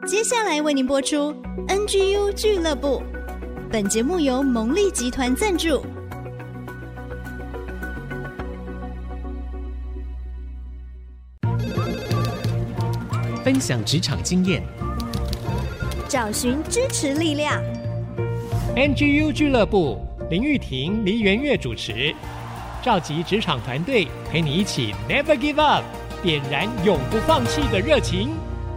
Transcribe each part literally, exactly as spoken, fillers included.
接下来为您播出 N G U 俱乐部，本节目由蒙利集团赞助。 分享职场经验， 找寻支持力量。 N G U 俱乐部，林玉婷、黎元月主持，召集职场团队陪你一起 Never Give Up， 点燃永不放弃的热情。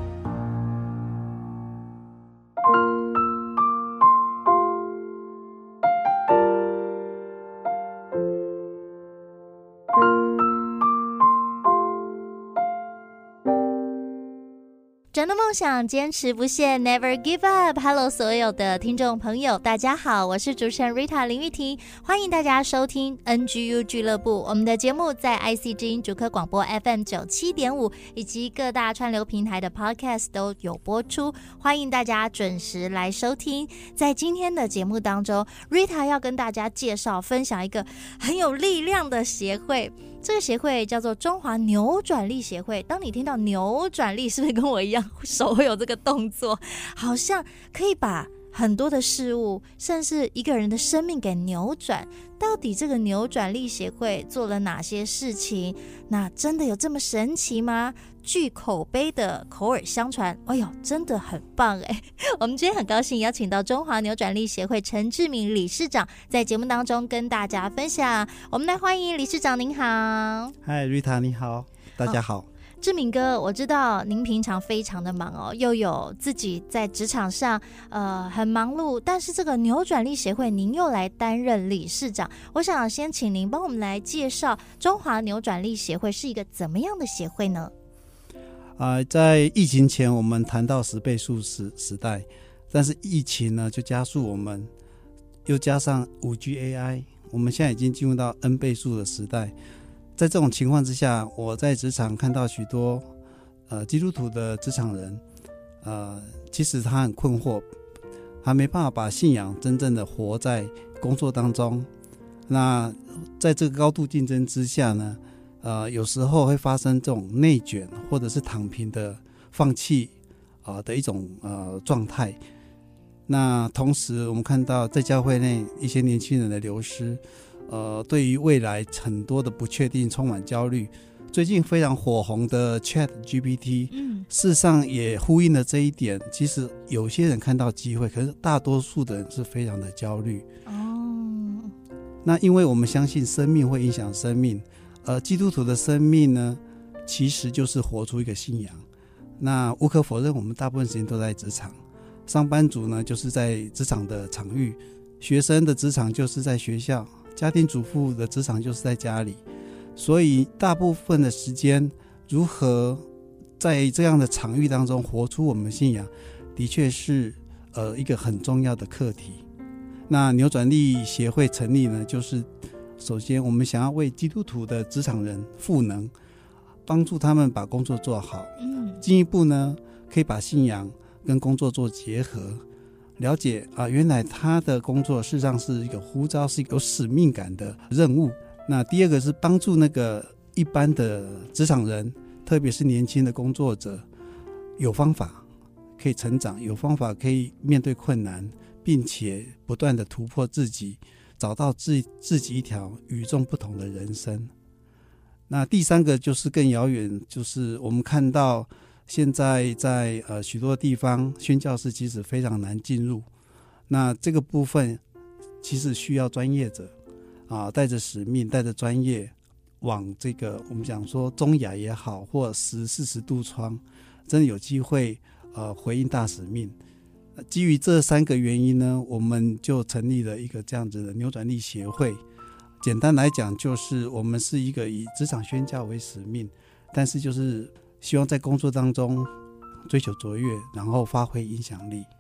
展的梦想，坚持不懈 Never Give Up。 Hello 所有的听众朋友大家好，我是主持人 Rita 林玉婷，欢迎大家收听 N G U 俱乐部。我们的节目在 I C 之音主客广播 F M 九十七点五 以及各大串流平台的 Podcast 都有播出，欢迎大家准时来收听。在今天的节目当中， Rita 要跟大家介绍分享一个很有力量的协会，这个协会叫做中华扭转力协会。当你听到扭转力，是不是跟我一样手会有这个动作，好像可以把很多的事物甚至一个人的生命给扭转？到底这个扭转力协会做了哪些事情？那真的有这么神奇吗？据口碑的口耳相传，哎呦，真的很棒哎！我们今天很高兴邀请到中华扭转力协会陈志明理事长在节目当中跟大家分享。我们来欢迎理事长，您好。 嗨 Rita 你好，大家好。 志明哥，我知道您平常非常的忙哦，又有自己在职场上呃很忙碌，但是这个扭转力协会您又来担任理事长，我想先请您帮我们来介绍中华扭转力协会是一个怎么样的协会呢？ 呃、在疫情前我们谈到十倍数时时代，但是疫情呢就加速我们，又加上 五 G A I， 我们现在已经进入到 N 倍数的时代。在这种情况之下，我在职场看到许多呃基督徒的职场人，呃，其实他很困惑，他没办法把信仰真正的活在工作当中。那在这个高度竞争之下呢，呃，有时候会发生这种内卷或者是躺平的放弃啊、呃、的一种呃状态。那同时，我们看到在教会内一些年轻人的流失。呃，对于未来很多的不确定充满焦虑。最近非常火红的 Chat G P T， 嗯，事实上也呼应了这一点。其实有些人看到机会，可是大多数的人是非常的焦虑。哦，那因为我们相信生命会影响生命，呃，基督徒的生命呢，其实就是活出一个信仰。那无可否认，我们大部分时间都在职场，上班族呢就是在职场的场域，学生的职场就是在学校，家庭主妇的职场就是在家里，所以大部分的时间如何在这样的场域当中活出我们信仰，的确是呃一个很重要的课题。那扭转力协会成立呢，就是首先我们想要为基督徒的职场人赋能，帮助他们把工作做好，嗯，进一步呢可以把信仰跟工作做结合，了解啊，原来他的工作事实上是一个呼召，是一个有使命感的任务。那第二个是帮助那个一般的职场人，特别是年轻的工作者，有方法可以成长，有方法可以面对困难，并且不断的突破自己，找到自自己一条与众不同的人生。那第三个就是更遥远，就是我们看到现在在呃许多地方宣教士其实非常难进入，那这个部分其实需要专业者啊，带着使命，带着专业，往这个我们讲说中亚也好，或十四十度窗，真的有机会呃回应大使命。基于这三个原因呢，我们就成立了一个这样子的扭转力协会。简单来讲，就是我们是一个以职场宣教为使命，但是就是希望在工作当中追求卓越，然后发挥影响力。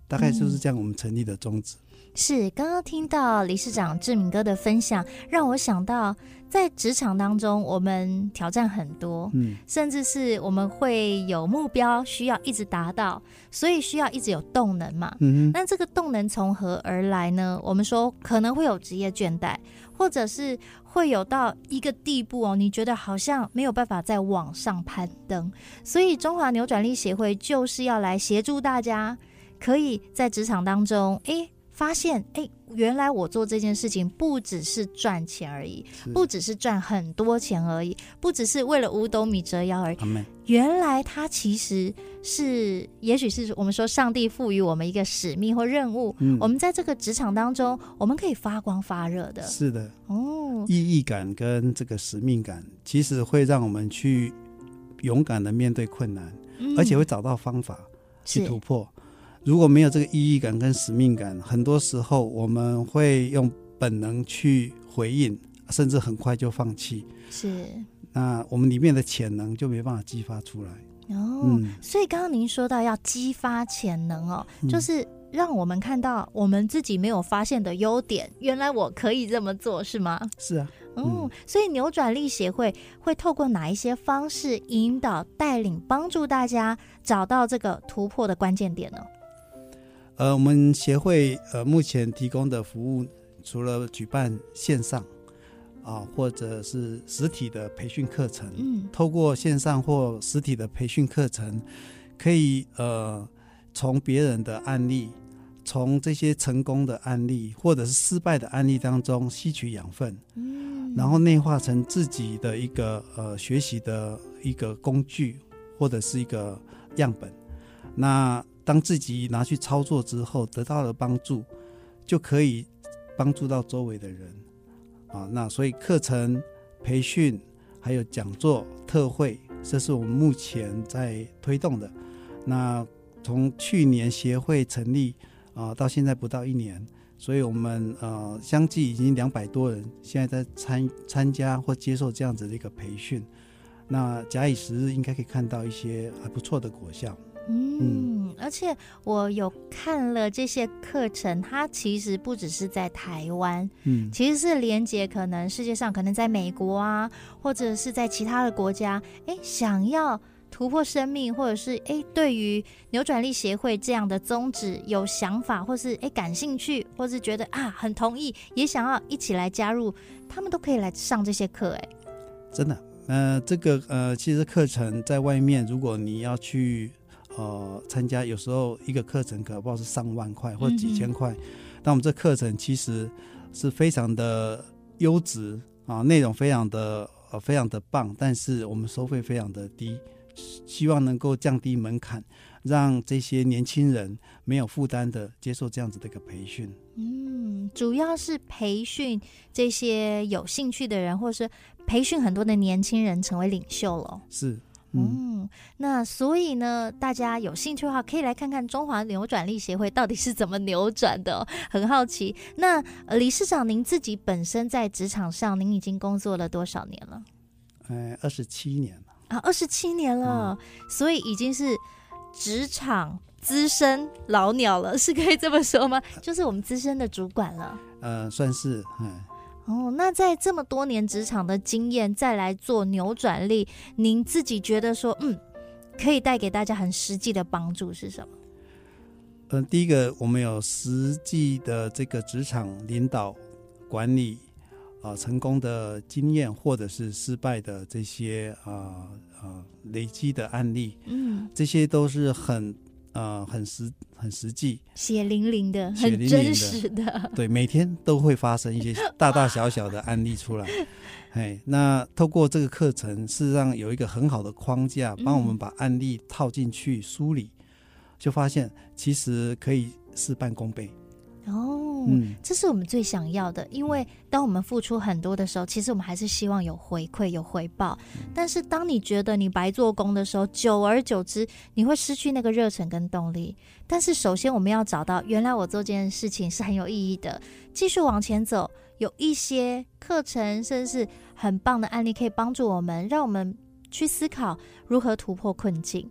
大概就是这样我们成立的宗旨。 嗯，是，刚刚听到理事长志明哥的分享，让我想到在职场当中我们挑战很多，嗯，甚至是我们会有目标需要一直达到，所以需要一直有动能嘛。嗯，那这个动能从何而来呢？我们说可能会有职业倦怠，或者是会有到一个地步哦，你觉得好像没有办法再往上攀登，所以中华扭转力协会就是要来协助大家，可以在职场当中诶发现诶原来我做这件事情不只是赚钱而已，不只是赚很多钱而已，不只是为了五斗米折腰而已，原来它其实是也许是我们说上帝赋予我们一个使命或任务，嗯，我们在这个职场当中我们可以发光发热的。 是的，哦，意义感跟这个使命感其实会让我们去勇敢的面对困难，嗯，而且会找到方法去突破。如果没有这个意义感跟使命感，很多时候我们会用本能去回应，甚至很快就放弃。是，那我们里面的潜能就没办法激发出来。 哦，嗯，所以刚刚您说到要激发潜能哦，嗯，就是让我们看到我们自己没有发现的优点，原来我可以这么做，是吗？ 是啊。 嗯，所以扭转力协会会透过哪一些方式引导、带领、帮助大家找到这个突破的关键点呢？ 呃，我们协会呃目前提供的服务，除了举办线上啊，或者是实体的培训课程，嗯，透过线上或实体的培训课程，可以呃从别人的案例，从这些成功的案例或者是失败的案例当中吸取养分，嗯，然后内化成自己的一个呃学习的一个工具或者是一个样本。那当自己拿去操作之后得到了帮助，就可以帮助到周围的人啊。那所以课程培训还有讲座特会，这是我们目前在推动的。那从去年协会成立啊到现在不到一年，所以我们呃相继已经两百多人现在在参参加或接受这样子的一个培训。那假以时日，应该可以看到一些还不错的果效。 嗯，而且我有看了这些课程，它其实不只是在台湾，嗯，其实是连接可能世界上可能在美国啊，或者是在其他的国家，哎，想要突破生命，或者是哎对于扭转力协会这样的宗旨有想法，或是哎感兴趣，或是觉得啊很同意，也想要一起来加入，他们都可以来上这些课。哎，真的， 呃，这个呃，其实课程在外面，如果你要去呃参加，有时候一个课程可能不知道是上万块或几千块，嗯，但我们这课程其实是非常的优质啊，内容非常的呃非常的棒，但是我们收费非常的低，希望能够降低门槛，让这些年轻人没有负担的接受这样子的一个培训。 嗯，主要是培训这些有兴趣的人，或是培训很多的年轻人成为领袖了。 是。 嗯，那所以呢，大家有兴趣的话，可以来看看中华扭转力协会到底是怎么扭转的，哦，很好奇。那呃，理事长，您自己本身在职场上，您已经工作了多少年了？ 呃，二十七年了啊，二十七年了，嗯，所以已经是职场资深老鸟了，是可以这么说吗？就是我们资深的主管了。 呃，算是，嗯。 哦，那在这么多年职场的经验再来做扭转力，您自己觉得说嗯，可以带给大家很实际的帮助是什么？ 嗯、呃，第一个，我们有实际的这个职场领导管理啊、呃、成功的经验，或者是失败的这些啊啊、呃呃、累积的案例，嗯，这些都是很呃很实很实际， 血淋淋的，很真实的， 对，每天都会发生一些大大小小的案例出来。哎，那透过这个课程，事实上有一个很好的框架，帮我们把案例套进去梳理，嗯，就发现其实可以事半功倍。 哦，嗯，这是我们最想要的，因为当我们付出很多的时候，其实我们还是希望有回馈有回报，嗯，但是当你觉得你白做工的时候，久而久之你会失去那个热忱跟动力。但是首先我们要找到原来我做这件事情是很有意义的，继续往前走，有一些课程甚至是很棒的案例可以帮助我们，让我们去思考如何突破困境。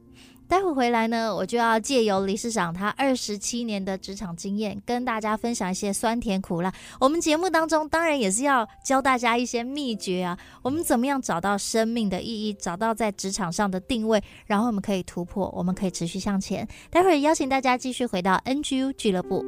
待会回来呢，我就要借由理事长他二十七年的职场经验，跟大家分享一些酸甜苦辣。我们节目当中当然也是要教大家一些秘诀啊，我们怎么样找到生命的意义，找到在职场上的定位，然后我们可以突破，我们可以持续向前。待会儿邀请大家继续回到 N G U 俱乐部。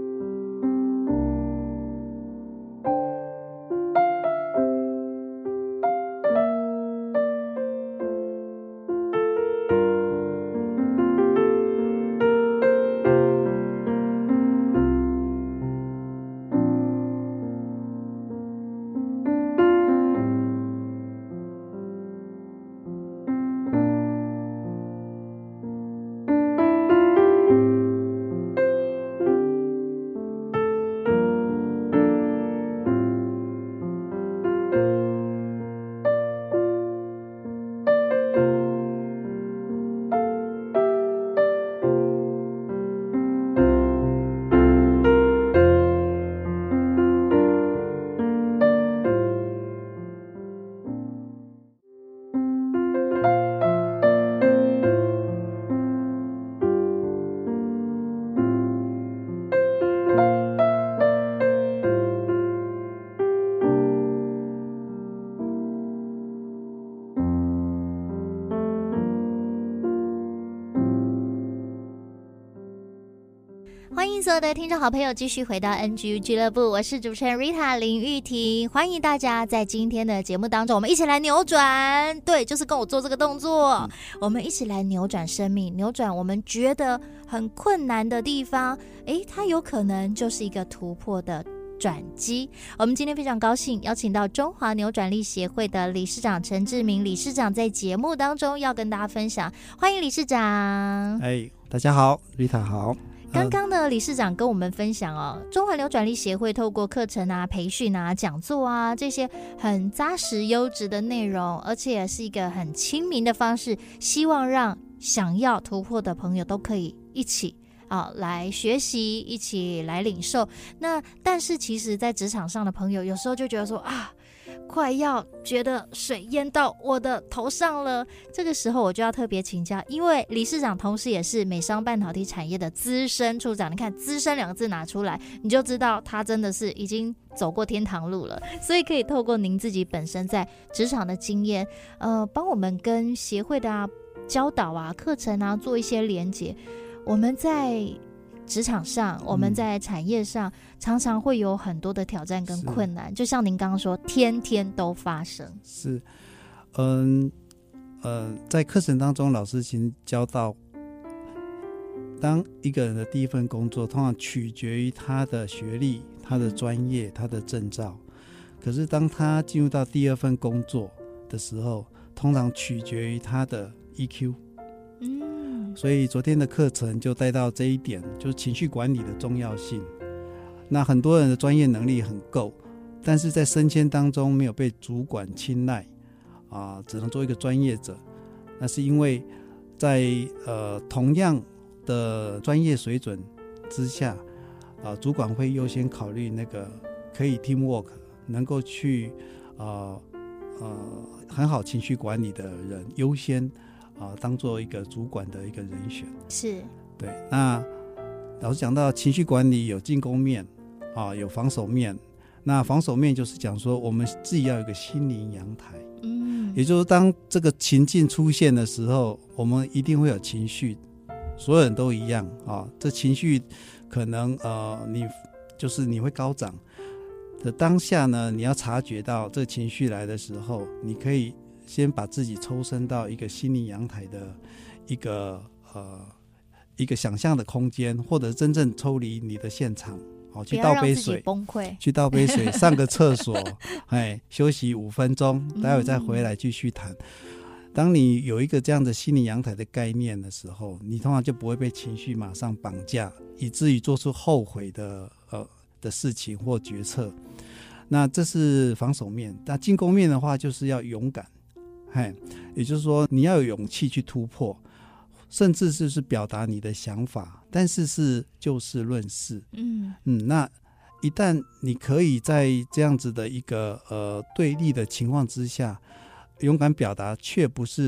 欢迎所有的听众好朋友继续回到 N G U 俱乐部，我是主持人 Rita 林玉婷，欢迎大家在今天的节目当中，我们一起来扭转，对，就是跟我做这个动作、嗯、我们一起来扭转生命，扭转我们觉得很困难的地方，诶，它有可能就是一个突破的转机。我们今天非常高兴邀请到中华扭转力协会的理事长陈志明理事长在节目当中要跟大家分享，欢迎理事长。 哎，大家好， Rita 好。 刚刚的理事长跟我们分享哦，中华扭转力协会透过课程啊、培训啊、讲座啊这些很扎实优质的内容，而且也是一个很亲民的方式，希望让想要突破的朋友都可以一起啊来学习，一起来领受。那但是其实在职场上的朋友有时候就觉得说啊，快要觉得水淹到我的头上了，这个时候我就要特别请教，因为理事长同时也是美商半导体产业的资深处长，你看资深两个字拿出来，你就知道他真的是已经走过天堂路了，所以可以透过您自己本身在职场的经验，呃，帮我们跟协会的啊教导啊课程啊做一些连结。我们在职场上，我们在产业上、嗯、常常会有很多的挑战跟困难，就像您刚刚说天天都发生。是嗯呃，在课程当中老师其实教到，当一个人的第一份工作通常取决于他的学历、他的专业、他的证照，可是当他进入到第二份工作的时候，通常取决于他的 E Q。嗯，所以昨天的课程就带到这一点，就是情绪管理的重要性。那很多人的专业能力很够，但是在升迁当中没有被主管青睐啊，只能做一个专业者。那是因为在呃同样的专业水准之下啊，主管会优先考虑那个可以 teamwork， 能够去呃呃很好情绪管理的人优先。啊，当做一个主管的一个人选是对。那老师讲到情绪管理有进攻面啊，有防守面。那防守面就是讲说，我们自己要有一个心灵阳台，嗯，也就是当这个情境出现的时候，我们一定会有情绪，所有人都一样啊。这情绪可能呃，你就是你会高涨的当下呢，你要察觉到这个情绪来的时候，你可以先把自己抽身到一个心灵阳台的一个呃一个想象的空间，或者真正抽离你的现场，好，去倒杯水， 崩溃， 去倒杯水，上个厕所，哎，休息五分钟，待会再回来继续谈。当你有一个这样的心灵阳台的概念的时候，你通常就不会被情绪马上绑架，以至于做出后悔的呃的事情或决策。那这是防守面。那进攻面的话，就是要勇敢。也就是说你要有勇气去突破，甚至就是表达你的想法，但是是就事论事。嗯嗯，那一旦你可以在这样子的一个呃对立的情况之下，勇敢表达，却不是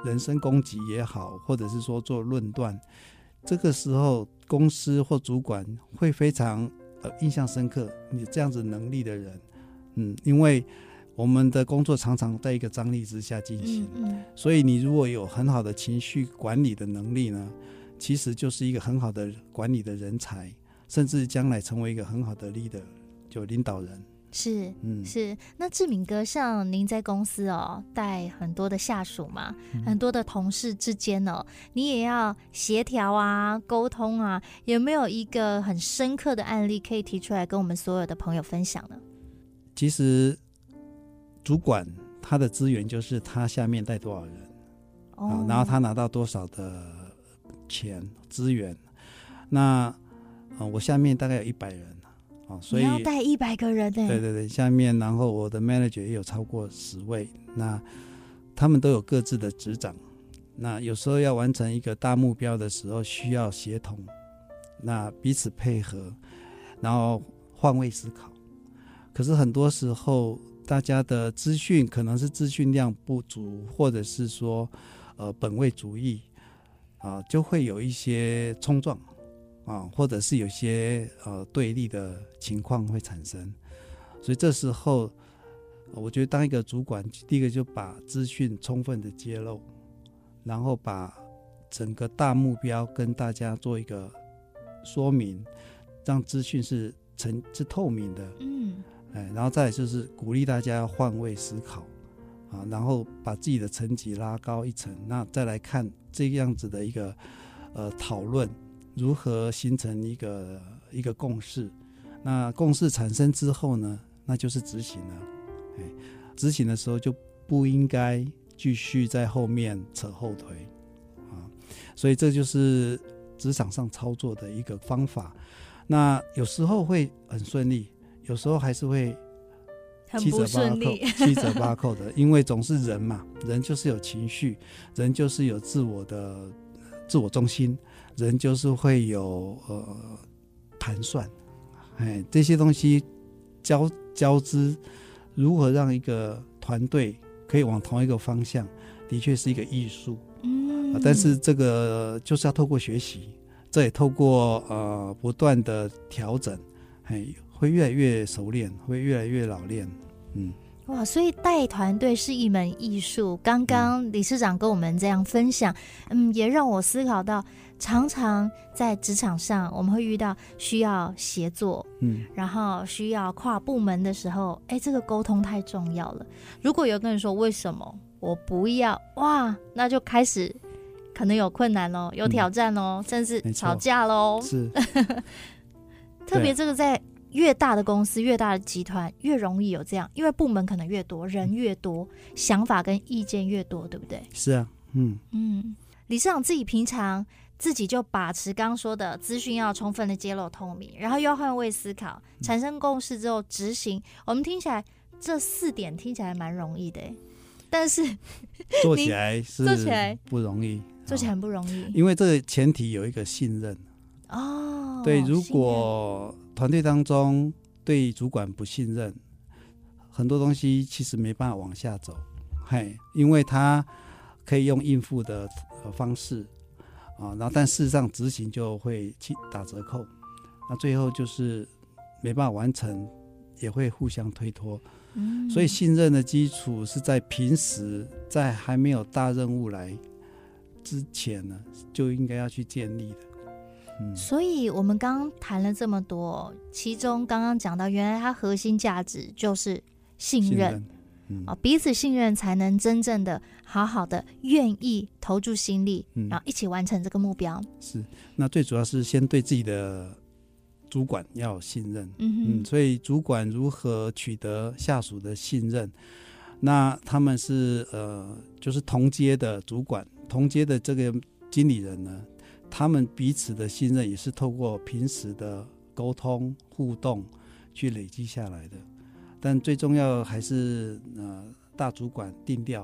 人身攻击也好，或者是说做论断，这个时候公司或主管会非常呃印象深刻你这样子能力的人，嗯，因为我们的工作常常在一个张力之下进行， 嗯嗯， 所以你如果有很好的情绪管理的能力呢，其实就是一个很好的管理的人才，甚至将来成为一个很好的 leader， 就领导人。 是， 嗯， 是。那志敏哥，像您在公司哦，带很多的下属嘛，嗯、很多的同事之间哦，你也要协调啊、沟通啊，有没有一个很深刻的案例可以提出来跟我们所有的朋友分享呢？ 其实主管他的资源就是他下面带多少人，哦啊、然后他拿到多少的钱资源。那、呃、我下面大概有一百人。哦、所以你要带一百个人呢？ 对对对，下面然后我的 manager 也有超过十位，那他们都有各自的职掌。那有时候要完成一个大目标的时候，需要协同，那彼此配合，然后换位思考。可是很多时候，大家的资讯可能是资讯量不足，或者是说呃本位主义啊、呃，就会有一些冲撞。啊，或者是有些呃对立的情况会产生，所以这时候我觉得当一个主管，第一个就把资讯充分的揭露，然后把整个大目标跟大家做一个说明，让资讯是成是透明的，嗯，哎，然后再来就是鼓励大家换位思考啊，然后把自己的层级拉高一层，那再来看这个样子的一个呃讨论。如何形成一个一个共识？那共识产生之后呢？那就是执行了。哎，执行的时候就不应该继续在后面扯后腿啊。所以这就是职场上操作的一个方法。那有时候会很顺利，有时候还是会七折八扣，七折八扣的，因为总是人嘛，人就是有情绪，人就是有自我的自我中心。人就是会有呃盘算，哎，这些东西交交织，如何让一个团队可以往同一个方向，的确是一个艺术。嗯、呃，但是这个就是要透过学习，这也透过呃不断的调整，哎，会越来越熟练，会越来越老练。嗯。 哇，所以带团队是一门艺术。刚刚理事长跟我们这样分享，嗯，也让我思考到，常常在职场上我们会遇到需要协作，嗯，然后需要跨部门的时候，哎，这个沟通太重要了。如果有个人说为什么我不要，哇，那就开始可能有困难咯，有挑战咯，嗯、甚至吵架咯。 是， 特别这个在。越大的公司越大的集团越容易有这样，因为部门可能越多，人越多，想法跟意见越多，对不对？ 是啊，嗯嗯，理事长自己平常自己就把持刚刚说的资讯要充分的揭露透明，然后又要换位思考，产生共识之后执行，我们听起来这四点听起来蛮容易的，但是做起来是做起来不容易， 做起来很不容易， 因为这个前提有一个信任哦。 对，如果团队当中对主管不信任，很多东西其实没办法往下走，嘿，因为他可以用应付的方式啊，然后但事实上执行就会打折扣，那最后就是没办法完成，也会互相推脱。嗯，所以信任的基础是在平时，在还没有大任务来之前呢，就应该要去建立的。嗯、 所以我们刚刚谈了这么多，其中刚刚讲到，原来它核心价值就是信任，信任嗯哦、彼此信任才能真正的好好的愿意投注心力，嗯、然后一起完成这个目标。 是，那最主要是先对自己的主管要有信任，嗯, 嗯所以主管如何取得下属的信任，那他们是呃就是同阶的主管，同阶的这个经理人呢，他们彼此的信任也是透过平时的沟通互动去累积下来的。但最重要还是呃大主管定调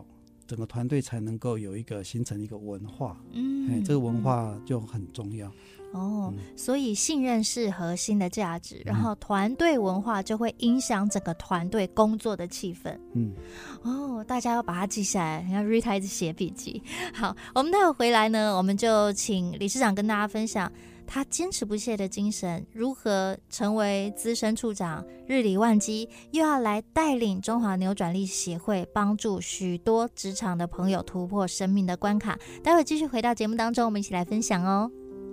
整个团队才能够有一个形成一个文化， 嗯， 哎，这个文化就很重要。 哦、 嗯， 所以信任是核心的价值， 嗯然后团队文化就会影响整个团队工作的气氛。 嗯， 哦，大家要把它记下来。你看 Rita 一直写笔记。好，我们待会回来呢，我们就请理事长跟大家分享他坚持不懈的精神，如何成为资深处长，日理万机，又要来带领中华扭转力协会，帮助许多职场的朋友突破生命的关卡。待会继续回到节目当中，我们一起来分享哦。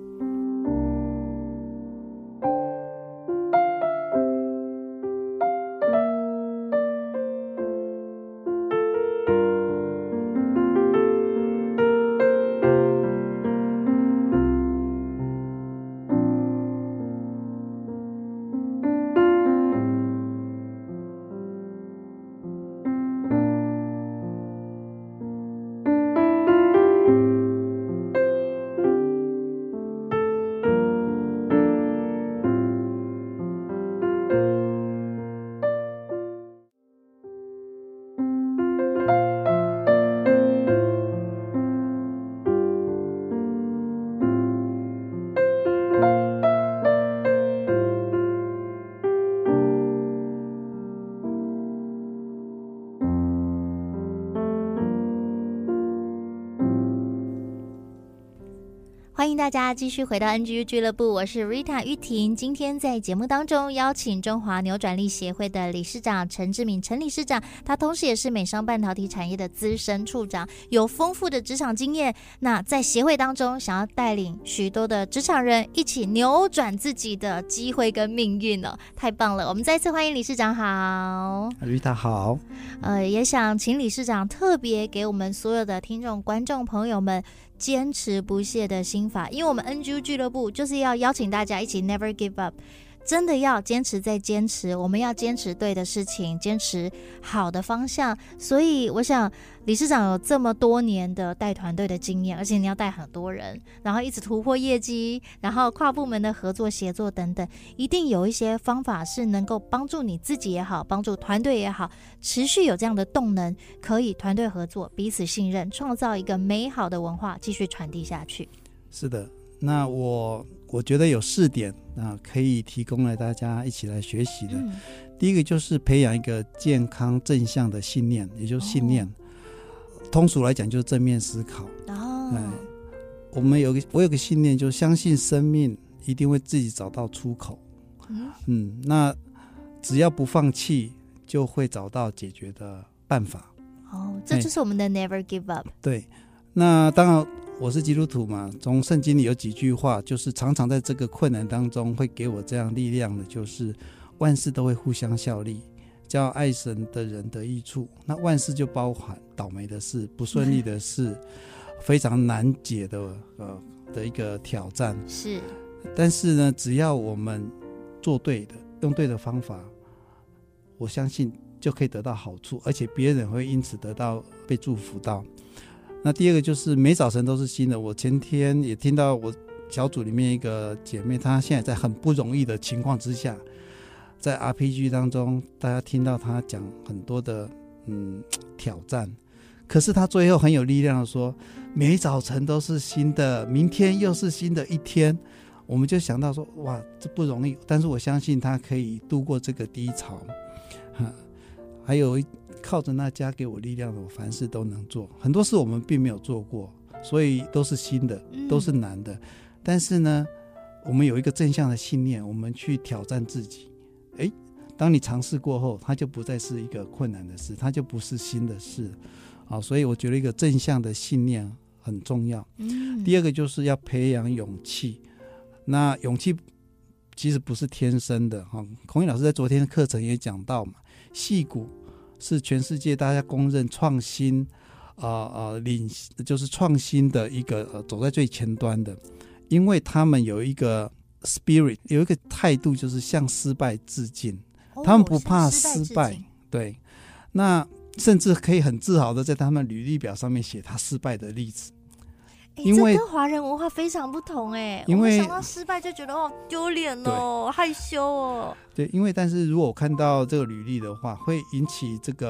欢迎大家继续回到 N G U 俱乐部，我是 Rita 玉婷。今天在节目当中邀请中华扭转力协会的理事长陈志敏陈理事长，他同时也是美商半导体产业的资深处长，有丰富的职场经验。那在协会当中，想要带领许多的职场人一起扭转自己的机会跟命运哦，太棒了！我们再次欢迎理事长好。 Rita 好。 呃，也想请理事长特别给我们所有的听众观众朋友们坚持不懈的心法，因为我们 N G U 俱乐部就是要邀请大家一起 never give up， 真的要坚持再坚持，我们要坚持对的事情，坚持好的方向。所以我想理事长有这么多年的带团队的经验，而且你要带很多人，然后一直突破业绩，然后跨部门的合作协作等等，一定有一些方法是能够帮助你自己也好，帮助团队也好，持续有这样的动能，可以团队合作，彼此信任，创造一个美好的文化，继续传递下去。 是的，那我我觉得有四点啊，可以提供来大家一起来学习的。 嗯、 第一个就是培养一个健康正向的信念，也就是信念。哦、通俗来讲就是正面思考。 哦， 哎，我们有个我有个信念，就是相信生命一定会自己找到出口。嗯, 嗯，那只要不放弃，就会找到解决的办法。 哦，这就是我们的 never give up。 对，那当然我是基督徒嘛，从圣经里有几句话，就是常常在这个困难当中会给我这样力量的，就是万事都会互相效力，叫爱神的人得益处。那万事就包含倒霉的事、不顺利的事、非常难解的呃的一个挑战。 是， 但是呢，只要我们做对的，用对的方法，我相信就可以得到好处，而且别人会因此得到被祝福到。那第二个就是每早晨都是新的。我前天也听到我小组里面一个姐妹，她现在在很不容易的情况之下，在 R P G 当中，大家听到她讲很多的嗯挑战，可是她最后很有力量的说，每早晨都是新的，明天又是新的一天。我们就想到说，哇，这不容易，但是我相信她可以度过这个低潮。还有靠着那加给我力量的，我凡事都能做。很多事我们并没有做过，所以都是新的，都是难的。嗯、但是呢，我们有一个正向的信念，我们去挑战自己。诶，当你尝试过后，它就不再是一个困难的事，它就不是新的事。好，所以我觉得一个正向的信念很重要。嗯、第二个就是要培养勇气。那勇气其实不是天生的。孔毅老师在昨天的课程也讲到嘛，矽谷是全世界大家公认创新呃呃领就是创新的一个、呃、走在最前端的，因为他们有一个 spirit， 有一个态度，就是向失败致敬。哦、他们不怕失败，对，那甚至可以很自豪的在他们履历表上面写他失败的例子。 因为这跟华人文化非常不同哎，因为我想到失败就觉得哦丢脸哦，害羞哦。 对，因为但是如果我看到这个履历的话，会引起这个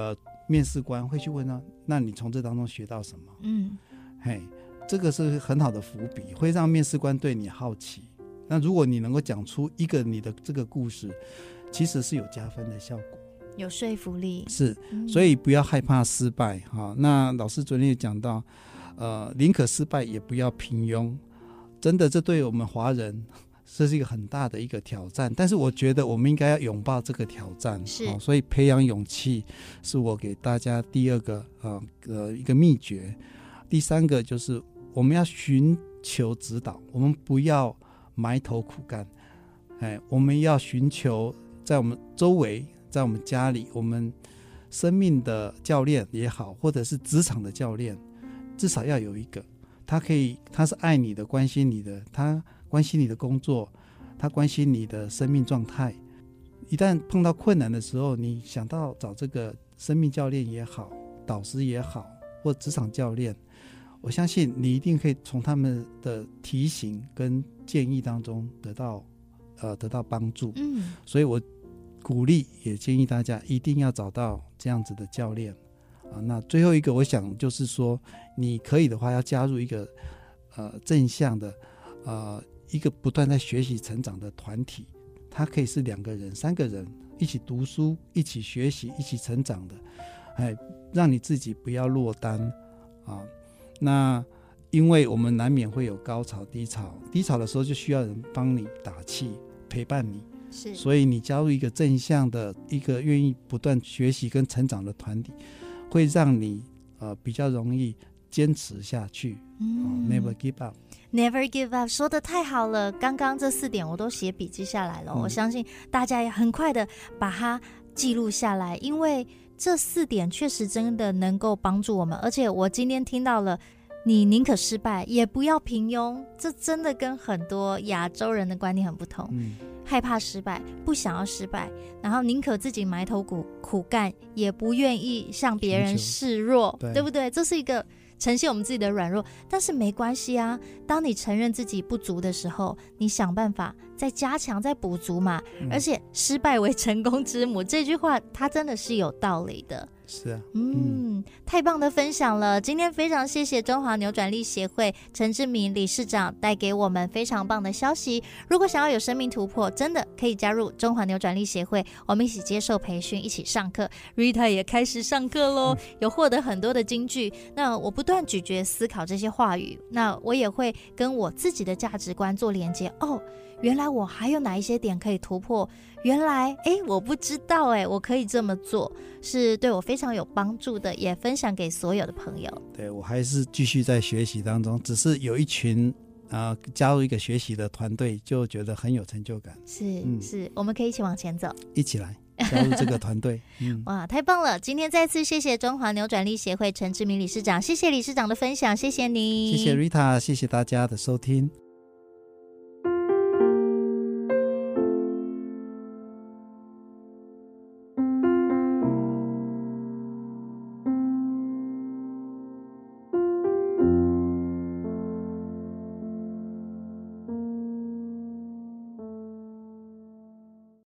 面试官会去问他，那你从这当中学到什么？ 嗯， 嘿，这个是很好的伏笔，会让面试官对你好奇。那如果你能够讲出一个你的这个故事，其实是有加分的效果， 有说服力。 是，所以不要害怕失败哈。那老师昨天也讲到，呃，宁可失败也不要平庸。真的，这对我们华人这是一个很大的一个挑战，但是我觉得我们应该要拥抱这个挑战。 是， 哦，所以培养勇气是我给大家第二个呃呃一个秘诀。第三个就是我们要寻求指导，我们不要埋头苦干，哎，我们要寻求在我们周围，在我们家里，我们生命的教练也好，或者是职场的教练，至少要有一个，他可以，他是爱你的，关心你的，他关心你的工作，他关心你的生命状态。一旦碰到困难的时候，你想到找这个生命教练也好，导师也好，或职场教练，我相信你一定可以从他们的提醒跟建议当中得到呃得到帮助。 嗯， 所以我鼓励也建议大家一定要找到这样子的教练啊。那最后一个我想就是说，你可以的话要加入一个呃正向的呃一个不断在学习成长的团体，它可以是两个人三个人一起读书一起学习一起成长的，哎，让你自己不要落单啊。那因为我们难免会有高潮低潮，低潮的时候就需要人帮你打气陪伴你， 是， 所以你加入一个正向的一个愿意不断学习跟成长的团体，会让你呃比较容易坚持下去。嗯哦、Never give up Never give up 说得太好了，刚刚这四点我都写笔记下来了、嗯、我相信大家也很快的把它记录下来，因为这四点确实真的能够帮助我们。而且我今天听到了你宁可失败也不要平庸，这真的跟很多亚洲人的观念很不同、嗯、害怕失败，不想要失败，然后宁可自己埋头苦苦干，也不愿意向别人示弱， 对, 对不对？这是一个呈现我们自己的软弱，但是没关系啊，当你承认自己不足的时候，你想办法再加强再补足嘛、嗯、而且失败为成功之母这句话它真的是有道理的。 是啊， 嗯，太棒的分享了！今天非常谢谢中华扭转力协会陈志明理事长带给我们非常棒的消息。如果想要有生命突破，真的可以加入中华扭转力协会，我们一起接受培训，一起上课。Rita 也开始上课咯、嗯、有获得很多的金句。那我不断咀嚼思考这些话语，那我也会跟我自己的价值观做连接。哦，原来我还有哪一些点可以突破，原来诶我不知道诶我可以这么做，是对我非常有帮助的，也分享给所有的朋友。 对，我还是继续在学习当中，只是有一群呃加入一个学习的团队，就觉得很有成就感。 是、嗯、是，我们可以一起往前走， 一起来加入这个团队、嗯、 哇，太棒了！今天再次谢谢中华扭转力协会陈志明理事长，谢谢理事长的分享，谢谢你， 谢谢 Rita， 谢谢大家的收听。